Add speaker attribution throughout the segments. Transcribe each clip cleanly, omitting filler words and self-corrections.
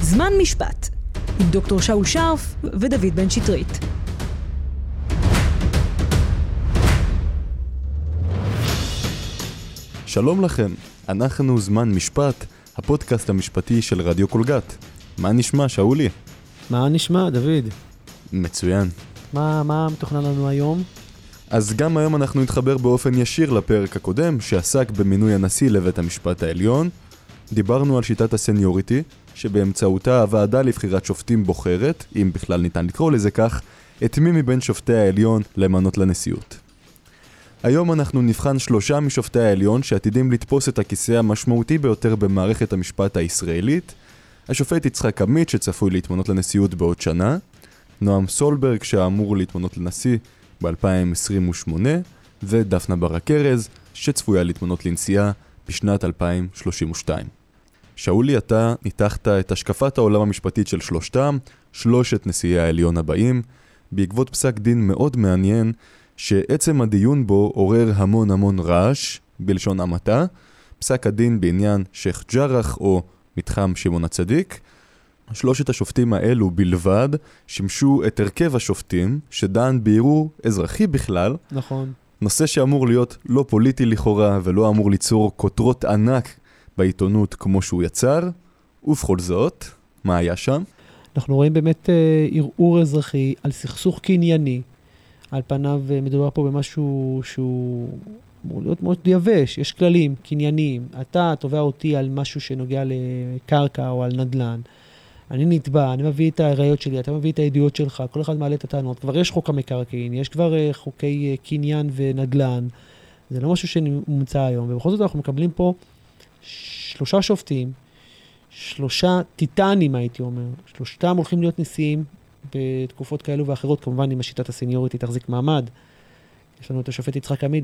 Speaker 1: זמן משפט, עם דוקטור שאול שרף ודוד בן שטרית.
Speaker 2: שלום לכם, אנחנו זמן משפט, הפודקאסט המשפטי של רדיו קולגת. מה נשמע, שאולי?
Speaker 3: מה נשמע, דוד?
Speaker 2: מצוין.
Speaker 3: מה מתוכנן לנו היום?
Speaker 2: אז גם היום אנחנו נתחבר באופן ישיר לפרק הקודם, שעסק במינוי הנשיא לבית המשפט העליון. דיברנו על שיטת הסניוריטי, שבאמצעותה הוועדה לבחירת שופטים בוחרת, אם בכלל ניתן לקרוא לזה כך, את מי מבין שופטי העליון למנות לנשיאות. היום אנחנו נבחן 3 משופטי העליון שעתידים לתפוס את הכיסא המשמעותי ביותר במערכת המשפט הישראלית, השופט יצחק עמית שצפוי להתמנות לנשיאות בעוד שנה, נועם סולברג שאמור להתמנות לנשיא ב-2028, ודפנה ברק ארז שצפויה להתמנות לנשיאה בשנת 2032. שאולי, אתה ניתחת את השקפת העולם המשפטית של שלושת נשיאי העליון הבאים, בעקבות פסק דין מאוד מעניין, שעצם הדיון בו עורר המון רעש, בלשון המעטה, פסק הדין בעניין שייח' ג'רח או מתחם שמעון הצדיק. 3 השופטים האלו בלבד שימשו את הרכב השופטים, שדן בערעור אזרחי בכלל.
Speaker 3: נכון.
Speaker 2: נושא שאמור להיות לא פוליטי לכאורה, ולא אמור ליצור כותרות ענק בעיתונות כמו שהוא יצר. ובכל זאת, מה היה שם?
Speaker 3: אנחנו רואים באמת ערעור אזרחי על סכסוך קנייני. על פניו מדובר פה במשהו שהוא אמור להיות מאוד יבש, יש כללים קנייניים. אתה תובע אותי על משהו שנוגע לקרקע או על נדל"ן. אני נתבע, אני מביא את הראיות שלי, אתה מביא את העדויות שלך, כל אחד מעלה את הטענות. כבר יש חוק המקרקעין, יש כבר חוקי קניין ונדל"ן. זה לא משהו שמומצא היום. ובכל זאת אנחנו מקבלים פה 3 שופטים, 3 טיטנים הייתי אומר. 3 הולכים להיות נשיאים בתקופות כאלו ואחרות, כמובן עם השיטת הסניוריטי תחזיק מעמד. יש לנו את השופט יצחק עמית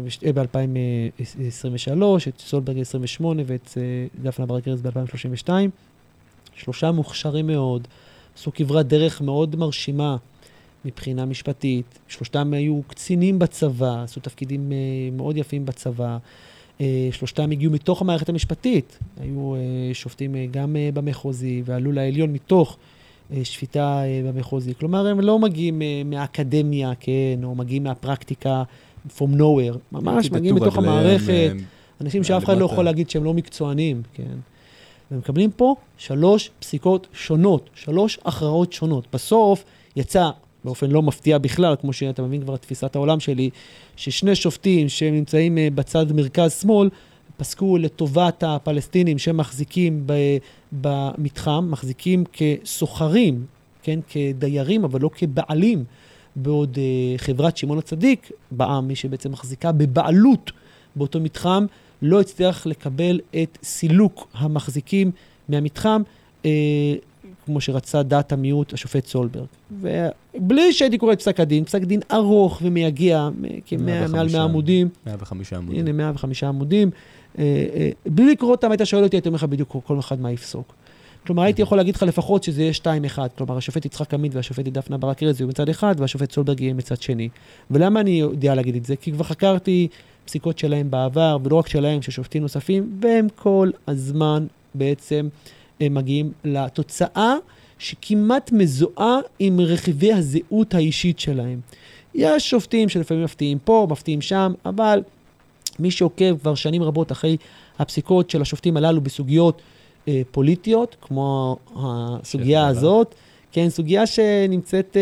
Speaker 3: ב-2023, את סולברג 28 ואת דפנה ברק ארז ב-2032. 3 מוכשרים מאוד, עשו כברת דרך מאוד מרשימה מבחינה משפטית. 3 היו קצינים בצבא, עשו תפקידים מאוד יפים בצבא. 3 הגיעו מתוך המערכת המשפטית, היו שופטים גם במחוזי ועלו לעליון מתוך שפיטה במחוזי. כלומר, הם לא מגיעים מהאקדמיה, כן, או מגיעים מהפרקטיקה from nowhere. ממש מגיעים מתוך המערכת. אנשים שאף אחד לא יכול להגיד שהם לא מקצוענים, כן. ומקבלים פה 3 פסיקות שונות, 3 הכרעות שונות. בסוף יצא, באופן לא מפתיע בכלל, כמו שאתה מבין כבר את תפיסת העולם שלי, ש2 שופטים שנמצאים בצד מרכז-שמאל, פסקו לטובת הפלסטינים שמחזיקים במתחם, מחזיקים כסוחרים, כן, כדיירים, אבל לא כבעלים, בעוד חברת שמעון הצדיק, בעם, מי שבעצם מחזיקה בבעלות באותו מתחם, לא הצליח לקבל את סילוק המחזיקים מהמתחם, כמו שרצה דעת המיעוט השופט סולברג. ובלי שהייתי קורא את פסק הדין, פסק דין ארוך ומייגע, מעל 100 עמודים.
Speaker 2: 105 עמודים.
Speaker 3: הנה, 105 עמודים. בלי לקרוא אותם, היית שואל אותי, הייתי אומר לך בדיוק כל אחד מה יפסוק. כלומר, הייתי יכול להגיד לך לפחות שזה יהיה 2-1. כלומר, השופט יצחק עמית והשופט דפנה ברק ארז יהיו מצד אחד, והשופט סולברג יהיה מצד שני. ולמה אני יודע להגיד את זה? כי כבר חקרתי פסיקות שלהם בעבר, ולא רק שלהם, ששופטים נוספים, והם כל הזמן בעצם מגיעים לתוצאה שכמעט מזוהה עם רכיבי הזהות האישית שלהם. יש שופטים שלפעמים מפתיעים פה, מפתיעים שם, אבל מי שעוקב כבר שנים רבות אחרי הפסיקות של השופטים הללו בסוגיות פוליטיות, כמו הסוגיה הזאת, כן, סוגיה שנמצאת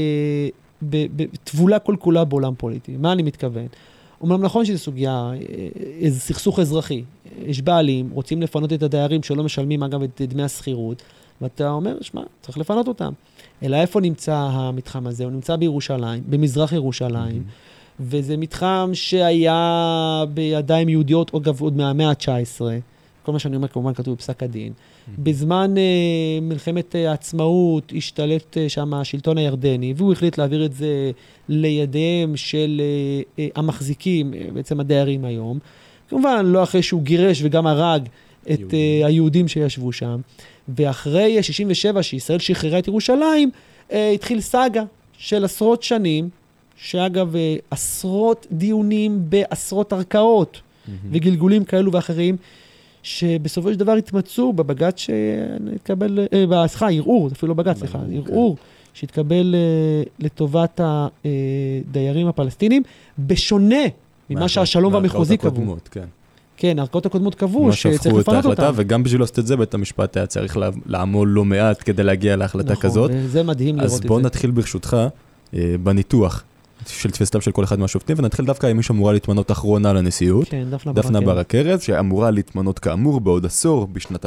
Speaker 3: בתבולה כל כולה בעולם פוליטי. מה אני מתכוון? אומנם נכון שזו סוגיה, איזה סכסוך אזרחי. יש בעלים, רוצים לפנות את הדיירים שלא משלמים אגב את דמי הסחירות, ואתה אומר, שמע, צריך לפנות אותם. אלא איפה נמצא המתחם הזה? הוא נמצא בירושלים, במזרח ירושלים, וזה מתחם שהיה בידיים יהודיות, אגב, עוד מהמאה ה-19. כל מה שאני אומר כמובן כתוב בפסק הדין. בזמן מלחמת העצמאות השתלט שם השלטון הירדני, והוא החליט להעביר את זה לידיהם של המחזיקים, בעצם הדיירים היום. כמובן, לא אחרי שהוא גירש וגם הרג את היהודים שישבו שם. ואחרי 67, שישראל שחררה את ירושלים, התחיל סאגה של עשרות שנים, שאגב, עשרות דיונים בעשרות ערכאות וגלגולים כאלו ואחרים, שבסופו של דבר התמצאו בבג"ץ שהתקבל, ערעור, אפילו לא בג"ץ, ערעור שהתקבל לטובת הדיירים הפלסטינים, בשונה ממה שהשלום והמחוזי קבעו. כן, הערכאות הקודמות קבעו שצריך לפנות אותה.
Speaker 2: וגם בשביל לעשות את זה, בית המשפט היה צריך לעמול לא מעט כדי להגיע להחלטה כזאת.
Speaker 3: נכון, זה מדהים לראות את זה.
Speaker 2: אז בואו נתחיל ברשותך בניתוח של תפיסתם של כל אחד מהשופטים, ונתחיל דווקא עם מי שאמורה להתמנות אחרונה לנשיאות.
Speaker 3: כן,
Speaker 2: דפנה ברק ארז, שאמורה להתמנות כאמור בעוד עשור, בשנת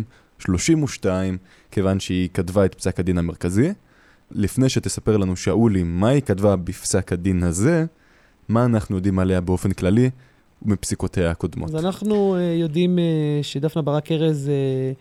Speaker 2: 2032, כיוון שהיא כתבה את פסק הדין המרכזי. לפני שתספר לנו שאולי מה היא כתבה בפסק הדין הזה, מה אנחנו יודעים עליה באופן כללי ומפסיקותיה הקודמות.
Speaker 3: אז אנחנו יודעים שדפנה ברק ארז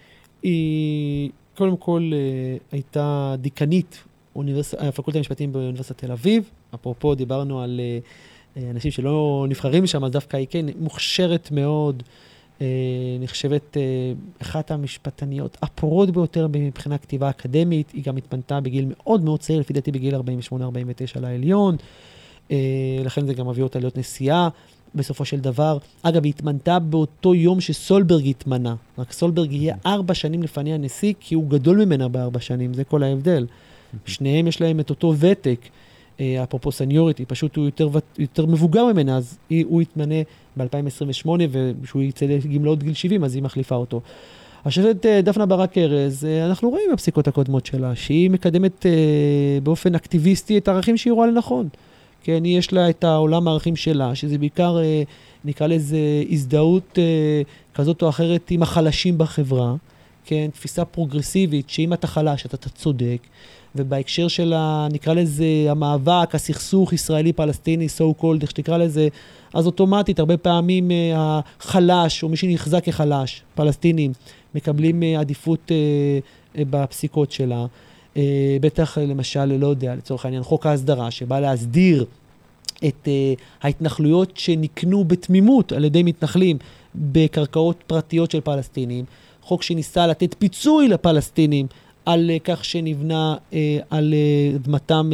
Speaker 3: היא קודם כל הייתה דיקנית הפקולטה המשפטים באוניברסיטת תל אביב. אפרופו דיברנו על אנשים שלא נבחרים שם, אז דווקא היא כן מוכשרת מאוד, נחשבת אחת המשפטניות הפורות ביותר מבחינה כתיבה אקדמית. היא גם התפנתה בגיל מאוד מאוד צעיר, לפי דעתי בגיל 48-49 לעליון, לכן זה גם מביא אותה להיות נשיאה בסופו של דבר. אגב, היא התמנתה באותו יום שסולברג התמנה, רק סולברג יהיה 4 שנים לפני הנשיא, כי הוא גדול ממנה ב4 שנים, זה כל ההבדל. שניהם יש להם את אותו ותק, אפרופו סניוריטי, פשוט הוא יותר מבוגר ממנה, אז הוא יתמנה ב-2028, ושהוא יצא לגמלאות גיל 70, אז היא מחליפה אותו. השופטת דפנה ברק ארז, אנחנו רואים בפסיקות הקודמות שלה, שהיא מקדמת באופן אקטיביסטי את הערכים שהיא רואה לנכון. כן, יש לה את העולם הערכים שלה, שזה בעיקר, נקרא לזה, הזדהות כזאת או אחרת עם החלשים בחברה, כן, תפיסה פרוגרסיבית, שאם אתה חלש, אתה צודק, ובהקשר שלה, נקרא לזה, המאבק, הסכסוך ישראלי-פלסטיני, so called, איך שתקרא לזה, אז אוטומטית, הרבה פעמים החלש, או מי שנחזק כחלש, פלסטינים, מקבלים עדיפות בפסיקות שלה. בטח, למשל, לא יודע, לצורך העניין, חוק ההסדרה, שבא להסדיר את ההתנחלויות שנקנו בתמימות על ידי מתנחלים בקרקעות פרטיות של פלסטינים, חוק שניסה לתת פיצוי לפלסטינים על כך שנבנה על אדמתם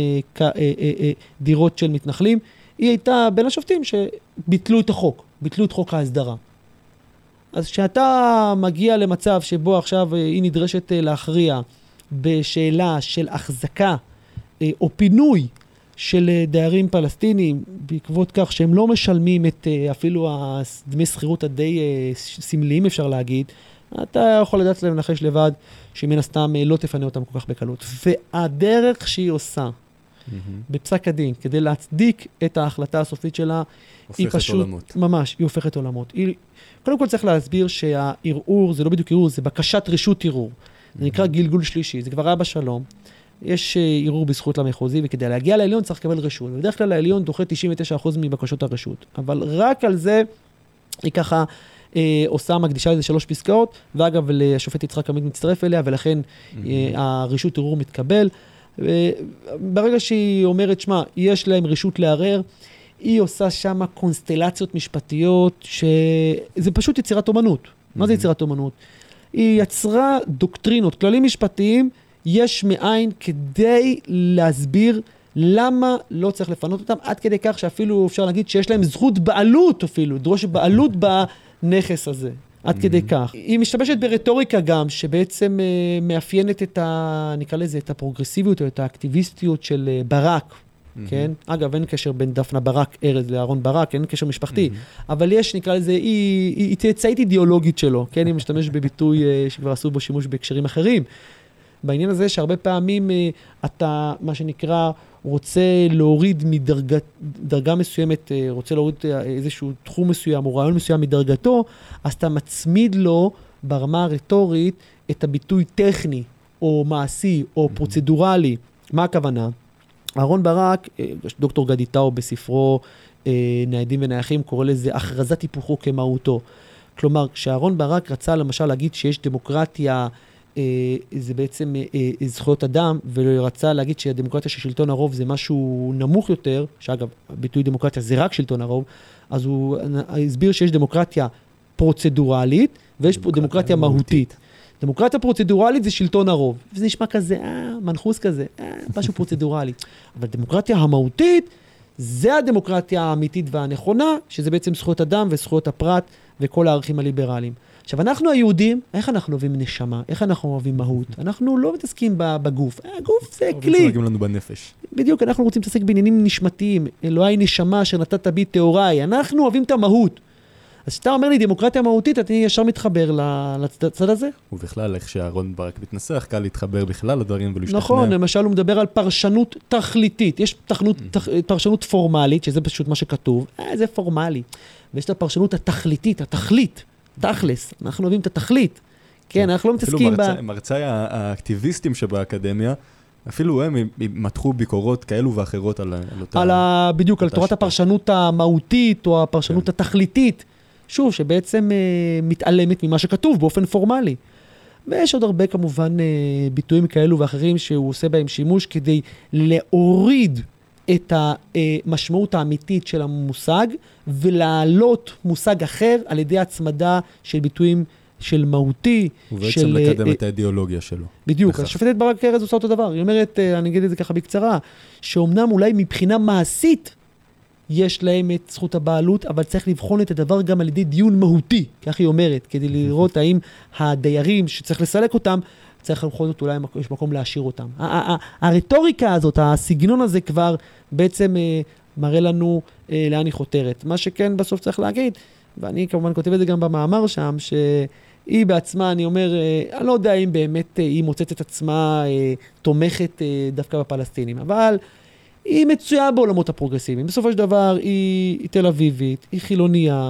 Speaker 3: דירות של מתנחלים. היא הייתה בין השופטים שביטלו את החוק, ביטלו את חוק ההסדרה. אז כשאתה מגיע למצב שבו עכשיו היא נדרשת להכריע בשאלה של החזקה או פינוי של דיירים פלסטינים, בעקבות כך שהם לא משלמים את אפילו דמי שכירות הדי סמליים, אפשר להגיד, אתה יכול לדעת לנחש לבד שמן הסתם לא תפנה אותם כל כך בקלות. והדרך שהיא עושה בפסק הדין, כדי להצדיק את ההחלטה הסופית שלה, היא פשוט עולמות. ממש, היא הופכת עולמות. קודם כל צריך להסביר שהערעור, זה לא בדיוק ערעור, זה בקשת רשות ערעור. זה נקרא גלגול שלישי, זה כבר היה בשלום. יש ערעור בזכות למחוזי, וכדי להגיע לעליון צריך לקבל רשות. ובדרך כלל לעליון דוחה 99% מבקשות הרשות. אבל רק על זה היא ככה עושה מקדישה לזה 3 פסקאות, ואגב, השופט יצחק עמית מצטרף אליה, ולכן הרשות ערעור מתקבל. ברגע שהיא אומרת, שמה, יש להם רשות לערער, היא עושה שם קונסטלציות משפטיות, שזה פשוט יצירת אומנות. מה זה יצירת אומנות? היא יצרה דוקטרינות, כללים משפטיים, יש מאין כדי להסביר למה לא צריך לפנות אותם, עד כדי כך שאפילו אפשר להגיד שיש להם זכות בעלות אפילו, דרוש בעלות בנכס הזה, עד כדי כך. היא משתמשת ברטוריקה גם, שבעצם מאפיינת את נקרא לזה, את הפרוגרסיביות או את האקטיביסטיות של ברק, כן? אגב, אין קשר בין דפנה ברק ארז לאהרון ברק, אין קשר משפחתי, אבל יש, נקרא לזה, היא צאצאית אידיאולוגית שלו, כן? היא משתמש בביטוי שכבר עשו בו שימוש בהקשרים אחרים. בעניין הזה שהרבה פעמים אתה, מה שנקרא, רוצה להוריד מדרגה מסוימת, רוצה להוריד איזשהו תחום מסוים או רעיון מסוים מדרגתו, אז אתה מצמיד לו ברמה הרטורית את הביטוי טכני או מעשי או פרוצדורלי. מה הכוונה? אהרון ברק, דוקטור גדי טאו בספרו ניידים ונייחים, קורא לזה הכרזת היפוכו כמהותו. כלומר, כשאהרון ברק רצה למשל להגיד שיש דמוקרטיה, זה בעצם זכויות אדם, ורצה להגיד שהדמוקרטיה של שלטון הרוב זה משהו נמוך יותר, שאגב, ביטוי דמוקרטיה זה רק שלטון הרוב, אז הוא הסביר שיש דמוקרטיה פרוצדורלית, ויש פה דמוקרטיה מהותית. דמוקרטיה פרוצדורלית זה שלטון הרוב, וזה נשמע כזה, מנחוס כזה, משהו פרוצדורלי. אבל דמוקרטיה המהותית, זה הדמוקרטיה האמיתית והנכונה, שזה בעצם זכויות אדם וזכויות הפרט וכל הערכים הליברליים. עכשיו, אנחנו היהודים, איך אנחנו אוהבים נשמה? איך אנחנו אוהבים מהות? אנחנו לא מתעסקים בגוף. הגוף זה כלי.
Speaker 2: שונגים לנו בנפש.
Speaker 3: בדיוק, אנחנו רוצים להתעסק בעניינים נשמתיים. אלוהי נשמה שנתת בי תאוריי. אנחנו אוהבים את המהות. אז כשאתה אומר לי דמוקרטיה מהותית, אני ישר מתחבר לצד הזה.
Speaker 2: ובכלל, איך שאהרון ברק מתנסח, קל להתחבר בכלל לדברים ולהשתכנע.
Speaker 3: נכון, למשל הוא מדבר על פרשנות תכליתית. יש פרשנות פורמלית, שזה פשוט מה שכתוב. זה פורמלי. ויש את הפרשנות התכליתית, התכלית. תכלס, אנחנו אוהבים את התכלית. כן, אנחנו לא מתעסקים
Speaker 2: אפילו מרצאי האקטיביסטים שבאקדמיה, אפילו הם מתחו ביקורות כאלו ואחרות על אותה...
Speaker 3: בדיוק, על תורת הפרשנות המהותית או הפרשנות התכליתית. שוב, שבעצם מתעלמת ממה שכתוב באופן פורמלי. ויש עוד הרבה כמובן ביטויים כאלו ואחרים שהוא עושה בהם שימוש כדי להוריד את המשמעות האמיתית של המושג, ולהעלות מושג אחר על ידי הצמדה של ביטויים של מהותי.
Speaker 2: ובעצם לקדם את האידיאולוגיה שלו.
Speaker 3: בדיוק, השופטת ברק ארז עושה אותו דבר. היא אומרת, אני אגיד את זה ככה בקצרה, שאומנם אולי מבחינה מעשית, יש להם את זכות הבעלות, אבל צריך לבחון את הדבר גם על ידי דיון מהותי, כך היא אומרת, כדי לראות האם הדיירים שצריך לסלק אותם, צריך לבחון אותו, אולי יש מקום להשאיר אותם. הרטוריקה הזאת, הסגנון הזה כבר בעצם מראה לנו לאן היא חותרת. מה שכן בסוף צריך להגיד, ואני כמובן כותב את זה גם במאמר שם, שהיא בעצמה, אני אומר, אני לא יודע אם באמת היא מוצאת את עצמה תומכת דווקא בפלסטינים, אבל היא מצויה בעולמות הפרוגרסיביים. בסופו של דבר היא תל אביבית, היא חילוניה,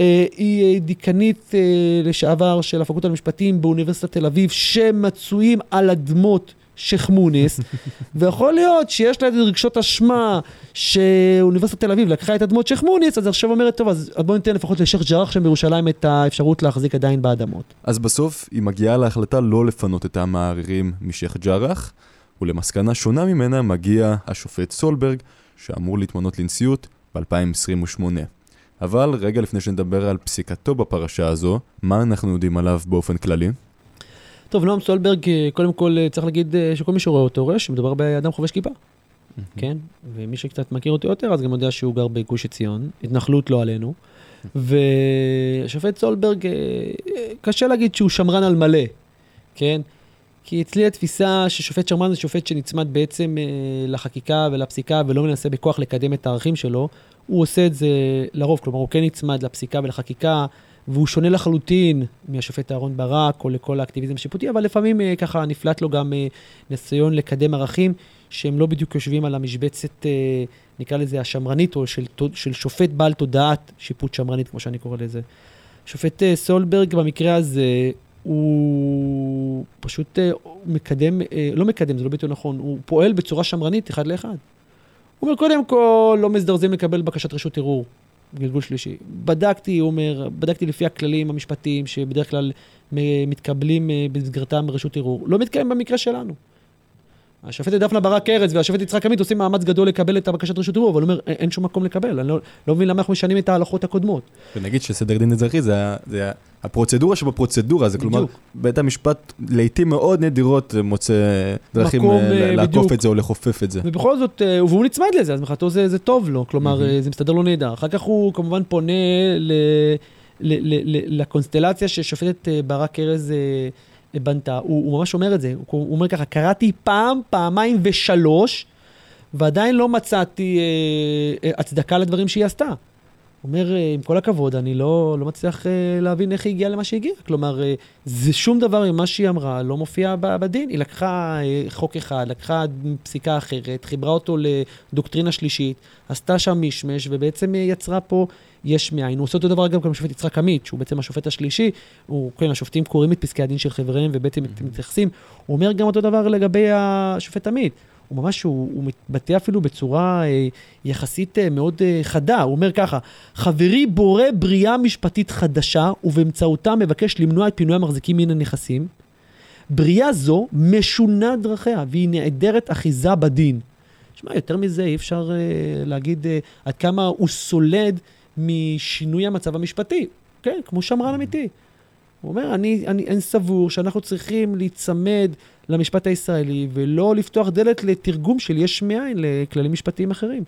Speaker 3: היא דיקנית לשעבר של הפקולטה למשפטים באוניברסיטת תל אביב, שמצויים על אדמות שייח' מוניס, ויכול להיות שיש לה רגשות אשמה שאוניברסיטת תל אביב לקחה את אדמות שייח' מוניס, אז עכשיו אומרת, טוב, אז בוא ניתן לפחות לשייח' ג'ראח שם בירושלים את האפשרות להחזיק עדיין באדמות.
Speaker 2: אז בסוף היא מגיעה להחלטה לא לפנות את המערערים משייח' ג'ראח, ולמסקנה שונה ממנה מגיע השופט סולברג, שאמור להתמנות לנשיאות ב-2028. אבל רגע לפני שנדבר על פסיקתו בפרשה הזו, מה אנחנו יודעים עליו באופן כללי?
Speaker 3: טוב, נועם סולברג, קודם כל צריך להגיד שכל מי שרואה אותו רואה שמדובר באדם חובש כיפה. כן? ומי שקצת מכיר אותו יותר, אז גם יודע שהוא גר בגוש עציון, התנחלות לא עלינו. והשופט סולברג, קשה להגיד שהוא שמרן על מלא, כן? כי אצלי התפיסה ששופט שמרן זה שופט שנצמד בעצם לחקיקה ולפסיקה ולא מנסה בכוח לקדם את הערכים שלו, הוא עושה את זה לרוב, כלומר הוא כן נצמד לפסיקה ולחקיקה, והוא שונה לחלוטין מהשופט אהרון ברק או לכל האקטיביזם השיפוטי, אבל לפעמים ככה נפלט לו גם ניסיון לקדם ערכים שהם לא בדיוק יושבים על המשבצת, נקרא לזה השמרנית, או של שופט בעל תודעת שיפוט שמרנית, כמו שאני קורא לזה. שופט סולברג במקרה הזה, הוא פשוט מקדם, לא מקדם, זה לא ביטוי נכון, הוא פועל בצורה שמרנית אחד לאחד. הוא אומר, קודם כל, לא מזדרזים לקבל בקשת רשות ערעור, גלגול שלישי. בדקתי, הוא אומר, בדקתי לפי הכללים המשפטיים, שבדרך כלל מתקבלים במסגרתם רשות ערעור. לא מתקיים במקרה שלנו. השופטת דפנה ברק ארז והשופט יצחק עמית עושים מאמץ גדול לקבל את הבקשת רשות ערעור, אבל הוא אומר, אין שום מקום לקבל. אני לא מבין למה אנחנו משנים את ההלכות הקודמות.
Speaker 2: ונגיד שסדר דין אזרחי זה הפרוצדורה שבפרוצדורה, זה כלומר, בית המשפט לעתים מאוד נדירות מוצא דרכים לעקוף את זה או לחופף את זה.
Speaker 3: ובכל זאת, והוא נצמד לזה, אז מבחינתו זה טוב לו, כלומר, זה מסתדר לו נהדר. אחר כך הוא כמובן פונה לקונסטלציה ששופטת ברק ארז בנתה, הוא ממש אומר את זה, הוא אומר ככה, קראתי פעם, פעמיים ושלוש, ועדיין לא מצאתי הצדקה לדברים שהיא עשתה. הוא אומר, עם כל הכבוד, אני לא מצליח להבין איך היא הגיעה למה שהיא הגיעה. כלומר, זה שום דבר ממה שהיא אמרה, לא מופיע בדין. היא לקחה חוק אחד, לקחה פסיקה אחרת, חיברה אותו לדוקטרינה שלישית, עשתה שם משמש, ובעצם יצרה פה יש מאין. הוא עושה אותו דבר גם כמו שופט יצחק עמית, שהוא בעצם השופט השלישי, כן, השופטים קוראים את פסקי הדין של חבריהם, ובעצם מתייחסים. הוא אומר גם אותו דבר לגבי השופט עמית. הוא ממש, הוא מתבטא אפילו בצורה יחסית מאוד חדה. הוא אומר ככה, חברי בורא בריאה משפטית חדשה, ובאמצעותה מבקש למנוע את פינוי המחזיקים מן הנכסים. בריאה זו משונה דרכיה, והיא נעדרת אחיזה בדין. שמע, יותר מזה אי אפשר להגיד עד כמה הוא סולד משינוי המצב המשפטי. כן, כמו שמרן אמיתי. הוא אומר, אני סבור שאנחנו צריכים להצמד למשפט הישראלי, ולא לפתוח דלת לתרגום של יש מאין לכללים משפטיים אחרים.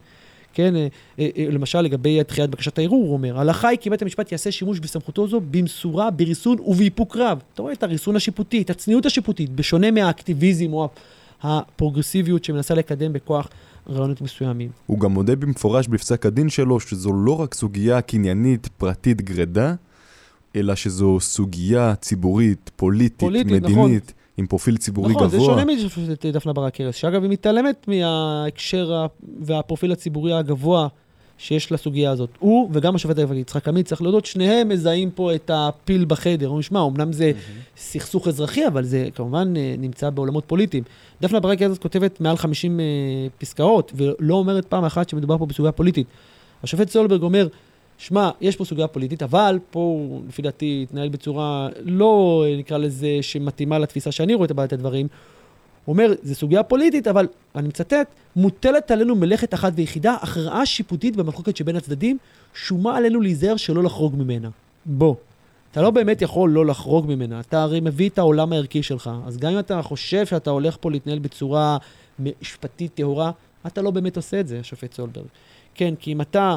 Speaker 3: כן, למשל לגבי דחיית בקשת הערעור, הוא אומר, ההלכה היא כי בית המשפט יעשה שימוש בסמכותו זו במשורה, בריסון ובאיפוק רב. אתה רואה את הריסון השיפוטי, את הצניעות השיפוטית, בשונה מהאקטיביזם או הפרוגרסיביות שמנסה לקדם בכוח רעיונות מסוימים.
Speaker 2: הוא גם מודה במפורש בפסק הדין שלו שזו לא רק סוגיה קניינית פרטית גרדה, אלא שזו סוגיה ציבורית, פוליטית, מדינית, נכון. עם פרופיל ציבורי
Speaker 3: נכון,
Speaker 2: גבוה.
Speaker 3: נכון, זה שונה משופטת דפנה ברק ארז, שאגב היא מתעלמת מההקשר והפרופיל הציבורי הגבוה שיש לסוגיה הזאת. הוא וגם השופט יצחק עמית, צריך להודות, שניהם מזהים פה את הפיל בחדר. הוא נשמע, אמנם זה סכסוך אזרחי, אבל זה כמובן נמצא בעולמות פוליטיים. דפנה ברק ארז כותבת מעל 50 פסקאות, ולא אומרת פעם אחת שמדובר פה בסוגיה פוליטית. השופט סולברג אומר, שמע, יש פה סוגיה פוליטית, אבל פה, לפי דעתי, התנהל בצורה לא, נקרא לזה, שמתאימה לתפיסה שאני רואה את הדברים. הוא אומר, זה סוגיה פוליטית, אבל, אני מצטט, מוטלת עלינו מלאכת אחת ויחידה, הכרעה שיפוטית במחלוקת שבין הצדדים, שומה עלינו להיזהר שלא לחרוג ממנה. בוא, אתה לא באמת יכול לא לחרוג ממנה, אתה הרי מביא את העולם הערכי שלך, אז גם אם אתה חושב שאתה הולך פה להתנהל בצורה משפטית טהורה, אתה לא באמת עושה את זה, השופט סולברג. כן, כי אם אתה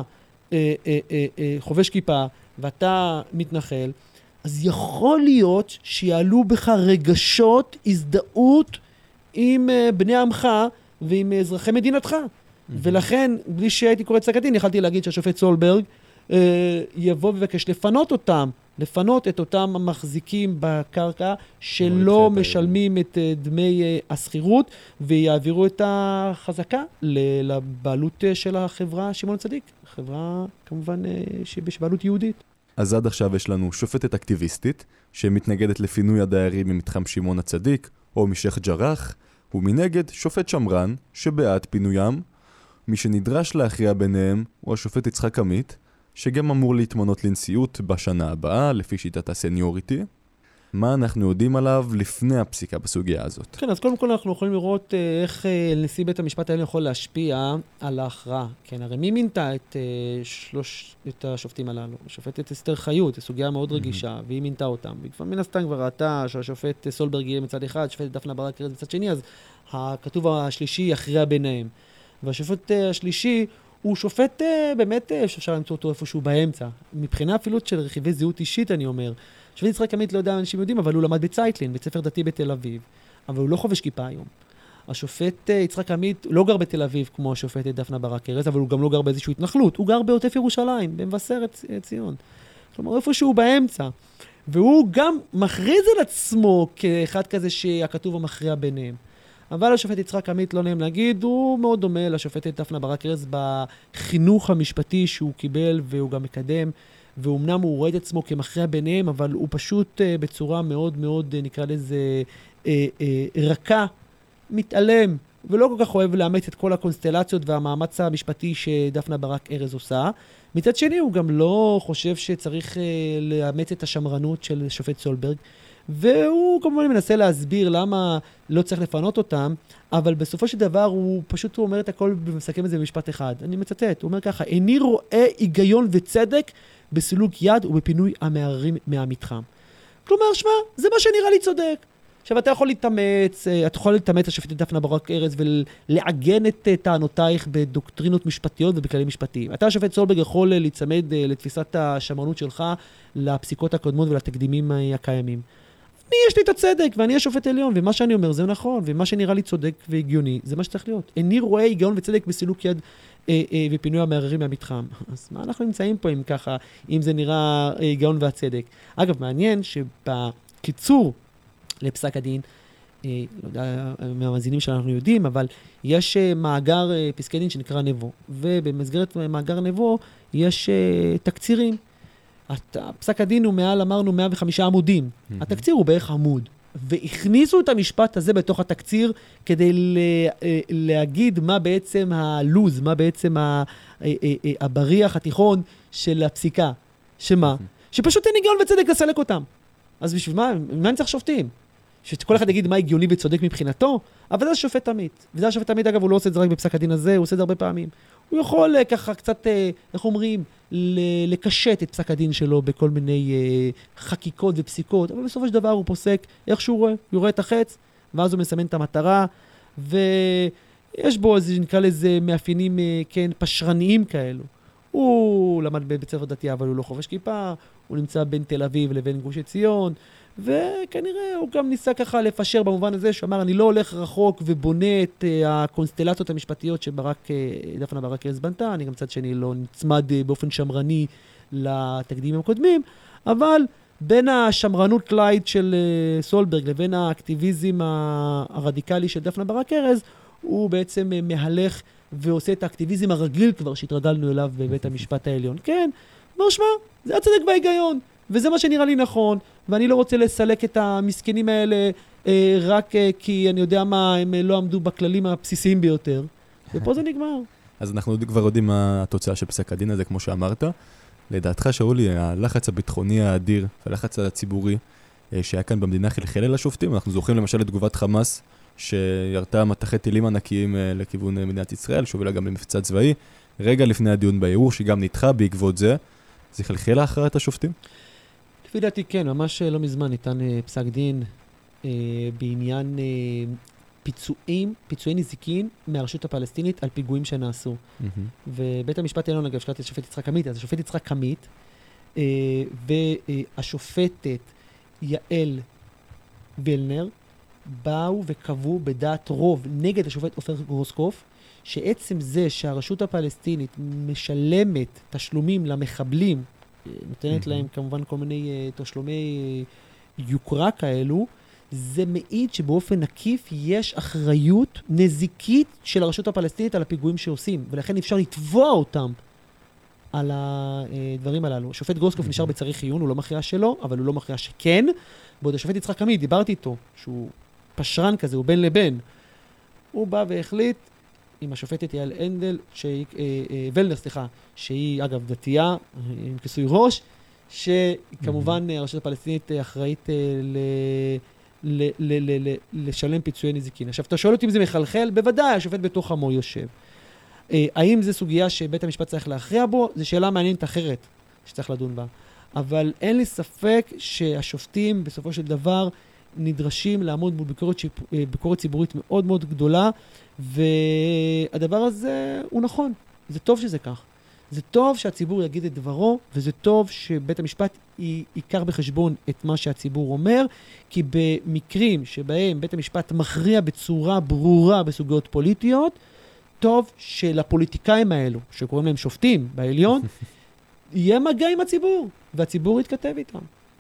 Speaker 3: חובש כיפה ואתה מתנחל, אז יכול להיות שיעלו בך רגשות, הזדהות עם בני עמך ועם אזרחי מדינתך. ולכן, בלי שהייתי קורא את פסק הדין, יכלתי להגיד שהשופט סולברג יבוא ובקש לפנות את אותם המחזיקים בקרקע שלא משלמים את דמי השכירות, ויעבירו את החזקה לבעלות של החברה שמעון הצדיק. חברה כמובן שבבעלות יהודית.
Speaker 2: אז עד עכשיו יש לנו שופטת אקטיביסטית שמתנגדת לפינוי הדיירים ממתחם שמעון הצדיק או משייח' ג'ראח, ומנגד שופט שמרן שבעד פינוים. מי שנדרש להכריע ביניהם הוא השופט יצחק עמית, שגם אמור להתמנות לנשיאות בשנה הבאה לפי שיטת הסניוריטי. מה אנחנו יודעים עליו לפני הפסיקה בסוגיה הזאת?
Speaker 3: כן, אז קודם כל אנחנו יכולים לראות איך נשיא בית המשפט העליון יכול להשפיע על ההכרעה. כן, הרי מי מינתה את השופטים הללו? השופטת אסתר חיות, זו סוגיה מאוד רגישה, והיא מינתה אותם. וכבר מן הסתם כבר ראתה שהשופט סולברג יהיה מצד אחד, השופט דפנה ברק ארז מצד שני, אז הכתוב השלישי יכריע ביניהם. והשופט השלישי הוא שופט באמת שאפשר למצוא אותו איפשהו באמצע. מבחינה אפילו של רכיבי זהות אישית, אני אומר. השופט יצחק עמית, לא יודע אנשים יודעים, אבל הוא למד בצייטלין, בית ספר דתי בתל אביב. אבל הוא לא חובש כיפה היום. השופט יצחק עמית לא גר בתל אביב כמו השופטת דפנה ברק ארז, אבל הוא גם לא גר באיזושהי התנחלות. הוא גר בעוטף ירושלים, במבשרת ציון. כלומר, איפשהו באמצע. והוא גם מכריז על עצמו כאחד כזה שהכתוב המכריע ביניהם. אבל השופט יצחק עמית, לא נעים להגיד, הוא מאוד דומה לשופטת דפנה ברק ארז בחינוך המשפטי שהוא קיבל והוא גם מקדם, ואומנם הוא רואה את עצמו כמכריע ביניהם, אבל הוא פשוט בצורה מאוד מאוד, נקרא לזה, רכה, מתעלם, ולא כל כך אוהב לאמץ את כל הקונסטלציות והמאמץ המשפטי שדפנה ברק ארז עושה. מצד שני, הוא גם לא חושב שצריך לאמץ את השמרנות של שופט סולברג, והוא כמובן מנסה להסביר למה לא צריך לפנות אותם, אבל בסופו של דבר הוא פשוט אומר את הכל ומסכם את זה במשפט אחד. אני מצטט, הוא אומר ככה, איני רואה היגיון וצדק בסילוק יד ובפינוי המערערים מהמתחם. כלומר, שמע, זה מה שנראה לי צודק. עכשיו, אתה יכול להתאמץ השופטת דפנה ברק ארז ולעגן את טענותייך בדוקטרינות משפטיות ובכללים משפטיים. אתה, השופט סולברג, יכול להצמד לתפיסת השמרנות שלך, לפסיקות הקודמות ולתקדימים הקיימים. יש לי את הצדק, ואני השופט עליון, ומה שאני אומר זה נכון, ומה שנראה לי צודק והגיוני, זה מה שצריך להיות. איני רואה היגיון וצדק בסילוק יד ופינוי המערערים מהמתחם. אז מה אנחנו נמצאים פה אם ככה, אם זה נראה היגיון והצדק? אגב, מעניין שבקיצור לפסק הדין, לא יודע, מהמאזינים שאנחנו יודעים, אבל יש מאגר פסקי דין שנקרא נבו, ובמסגרת מאגר נבו יש תקצירים. פסק הדין הוא מעל, אמרנו, 105 עמודים. התקציר הוא בערך עמוד. והכניסו את המשפט הזה בתוך התקציר כדי להגיד מה בעצם הלוז, מה בעצם הבריח התיכון של הפסיקה. שמה? שפשוט אין היגיון וצדק לסלק אותם. אז בשביל מה? מה אני צריך שופטים? שכל אחד יגיד מה הגיוני וצודק מבחינתו, אבל זה השופט עמית. וזה השופט עמית, אגב, הוא לא עושה את זה רק בפסק הדין הזה, הוא עושה את זה הרבה פעמים. הוא יכול ככה קצת, איך אומרים, לקשט את פסק הדין שלו בכל מיני חקיקות ופסיקות, אבל בסופו של דבר הוא פוסק איך שהוא רואה, הוא רואה את החץ, ואז הוא מסמן את המטרה, יש בו, נקרא לזה, מאפיינים, כן, פשרניים כאלו. הוא למד בבית ספר דתי, אבל הוא לא חובש כיפה, הוא נמצא בין תל אביב לבין גוש עציון, וכנראה הוא גם ניסה ככה לפשר במובן הזה, שהוא אמר, אני לא הולך רחוק ובונה את הקונסטלציות המשפטיות דפנה ברק ארז בנתה, אני גם צד שני לא נצמד באופן שמרני לתקדימים הקודמים, אבל בין השמרנות לייט של סולברג לבין האקטיביזם הרדיקלי של דפנה ברק ארז, הוא בעצם מהלך ועושה את האקטיביזם הרגיל כבר שהתרגלנו אליו בבית המשפט העליון. כן, משמע, זה הצדק וההיגיון, וזה מה שנראה לי נכון, ואני לא רוצה לסלק את המסכנים האלה רק כי אני יודע מה, הם לא עמדו בכללים הבסיסיים ביותר, ופה זה נגמר.
Speaker 2: אז אנחנו כבר יודעים מה התוצאה של פסק הדין הזה, כמו שאמרת. לדעתך, שאולי, הלחץ הביטחוני האדיר והלחץ הציבורי שהיה כאן במדינה חלחל אל השופטים, אנחנו זוכרים למשל את תגובת חמאס, שירתה מטחי טילים ענקיים לכיוון מדינת ישראל, שהובילה גם למבצע צבאי, רגע לפני הדיון בערעור, שגם נדחה בעקבות זה. זה חלחל להכרעת השופטים?
Speaker 3: לפי דעתי כן, ממש לא מזמן ניתן פסק דין בעניין פיצויי נזיקין מהרשות הפלסטינית על פיגועים שנעשו. ובית המשפט העליון, אגב, שלט את השופט יצחק עמית, אז השופט יצחק עמית, והשופטת יעל וילנר, באו וקבעו בדעת רוב נגד השופט עופר גרוסקופ, שעצם זה שהרשות הפלסטינית משלמת תשלומים למחבלים, נותנת להם כמובן כל מיני תשלומי יוקרה כאלו, זה מעיד שבאופן עקיף יש אחריות נזיקית של הרשות הפלסטינית על הפיגועים שעושים, ולכן אפשר לתבוע אותם על הדברים הללו. השופט גרוסקופ נשאר בצריך עיון, הוא לא מכריע שלא, אבל הוא לא מכריע שכן. בעוד השופט יצחק עמית, דיברתי איתו, שהוא פשרן כזה, הוא בין לבין. הוא בא והחליט עם השופטת יעל ולנר, שהיא אגב דתייה, עם כיסוי ראש, שכמובן הרשות הפלסטינית אחראית לשלם פיצויי נזיקין. עכשיו, אתה שואל אותי אם זה מחלחל? בוודאי, השופט בתוך עמו יושב. האם זו סוגיה שבית המשפט צריך להכריע בו? זו שאלה מעניינת אחרת שצריך לדון בה. אבל אין לי ספק שהשופטים בסופו של דבר נדרשים לעמוד מול ביקורת ציבורית מאוד מאוד גדולה, והדבר הזה הוא נכון. זה טוב שזה כך. זה טוב שהציבור יגיד את דברו, וזה טוב שבית המשפט ייקח בחשבון את מה שהציבור אומר, כי במקרים שבהם בית המשפט מכריע בצורה ברורה בסוגיות פוליטיות, טוב שלפוליטיקאים האלו, שקוראים להם שופטים בעליון, יהיה מגע עם הציבור, והציבור יתכתב איתם.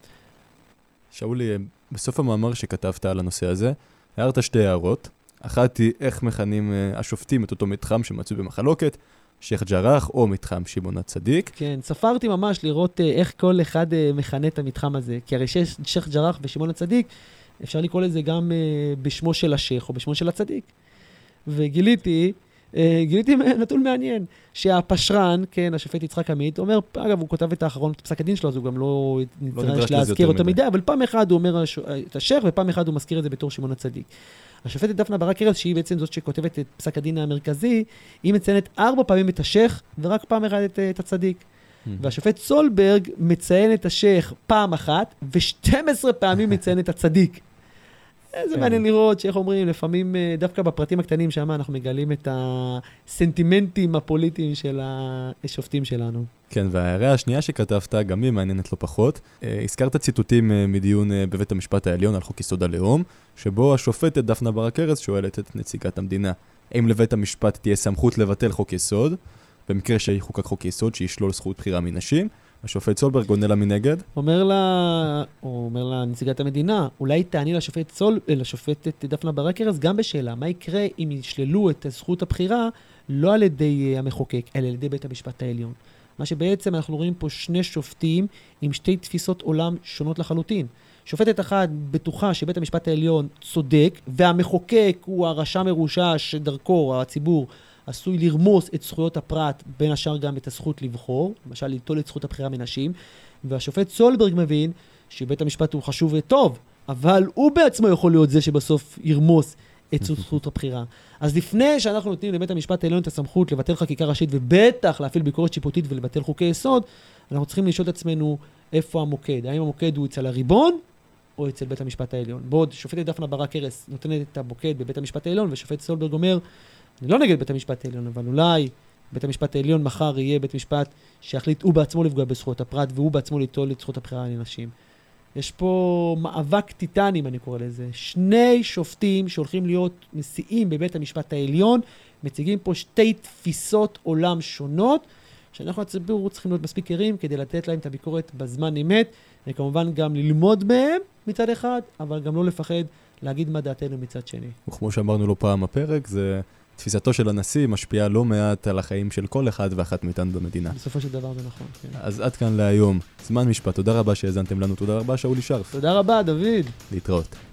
Speaker 2: שאולי, בסוף המאמר שכתבת על הנושא הזה, הערת שתי הערות. אחת היא איך מכנים השופטים את אותו מתחם שמצוי במחלוקת, שייח ג'רח או מתחם שמעון הצדיק.
Speaker 3: כן, ספרתי ממש לראות איך כל אחד מכנה את המתחם הזה, כי הרי שייח ג'רח ושמעון הצדיק, אפשר לקרוא לזה גם בשמו של השייח או בשמו של הצדיק. וגיליתי נתון מעניין, שהפשרן, כן, השופט יצחק עמית, אומר, אגב, הוא כותב את האחרון, את פסק הדין שלו, אז הוא גם לא נדרש להזכיר אותו מדי, אבל פעם אחד הוא אומר את השייח, ופעם אחד הוא מזכיר את זה בתור שמעון הצדיק. השופטת דפנה ברק ארז, שהיא בעצם זאת שכותבת את פסק הדין המרכזי, היא מציינת 4 פעמים את השייח, ורק פעם אחת את הצדיק. והשופט סולברג מציין את השייח פעם אחת, ו12 פעמים מציין את הצדיק. זה מעניין לראות שאיך אומרים, לפעמים דווקא בפרטים הקטנים שם אנחנו מגלים את הסנטימנטים הפוליטיים של השופטים שלנו.
Speaker 2: כן, וההערה השנייה שכתבת, גם היא מעניינת לא פחות, הזכרת ציטוטים מדיון בבית המשפט העליון על חוק יסוד הלאום, שבו השופטת דפנה ברק ארז שואלת את נציגת המדינה, האם לבית המשפט תהיה סמכות לבטל חוק יסוד, במקרה שיחוקק חוק יסוד שישלול זכות בחירה מנשים, השופט סולברג עונה לה מנגד.
Speaker 3: אומר לה נציגת המדינה, אולי תעני לשופטת דפנה ברק ארז גם בשאלה, מה יקרה אם ישללו את זכות הבחירה לא על ידי המחוקק, אלא על ידי בית המשפט העליון. מה שבעצם אנחנו רואים פה שני שופטים עם שתי תפיסות עולם שונות לחלוטין. שופטת אחת בטוחה שבית המשפט העליון צודק, והמחוקק הוא הרשע מרושע שדרכו, הציבור, עשוי לרמוס את זכויות הפרט, בין השאר גם את הזכות לבחור, למשל ליטול את זכות הבחירה מנשים, והשופט סולברג מבין שבית המשפט הוא חשוב וטוב, אבל הוא בעצמו יכול להיות זה שבסוף ירמוס את זכות הבחירה. אז לפני שאנחנו נותנים לבית המשפט העליון את הסמכות לבטל חקיקה ראשית, ובטח להפעיל ביקורת שיפוטית ולבטל חוקי יסוד, אנחנו צריכים לשאול את עצמנו איפה המוקד. האם המוקד הוא אצל הריבון, או אצל בית המשפט העליון. בעוד שופטת דפנה ברק ארז נותנת את המוקד בבית המשפט העליון, ושופט סולברג אומר, אני לא נגד בית המשפט העליון, אבל אולי בית המשפט העליון מחר יהיה בית משפט שיחליט הוא בעצמו לפגוע בזכויות הפרט, והוא בעצמו ליטול את זכות הבחירה לנשים. יש פה מאבק טיטנים, אני קורא לזה. 2 שופטים שהולכים להיות נשיאים בבית המשפט העליון, מציגים פה 2 תפיסות עולם שונות, שאנחנו הציבור צריכים להיות מספיק ערים כדי לתת להם את הביקורת בזמן אמת, וכמובן גם ללמוד מהם מצד אחד, אבל גם לא לפחד להגיד מה דעתנו מצד שני.
Speaker 2: וכמו שאמרנו לו פעם הפרק, זה תפיסתו של הנשיא משפיעה לא מעט על החיים של כל אחד ואחת מאיתנו במדינה.
Speaker 3: בסופו של דבר זה נכון. כן.
Speaker 2: אז עד כאן להיום. זמן משפט, תודה רבה שהאזנתם לנו, תודה רבה שאולי שרף.
Speaker 3: תודה רבה, דוד.
Speaker 2: להתראות.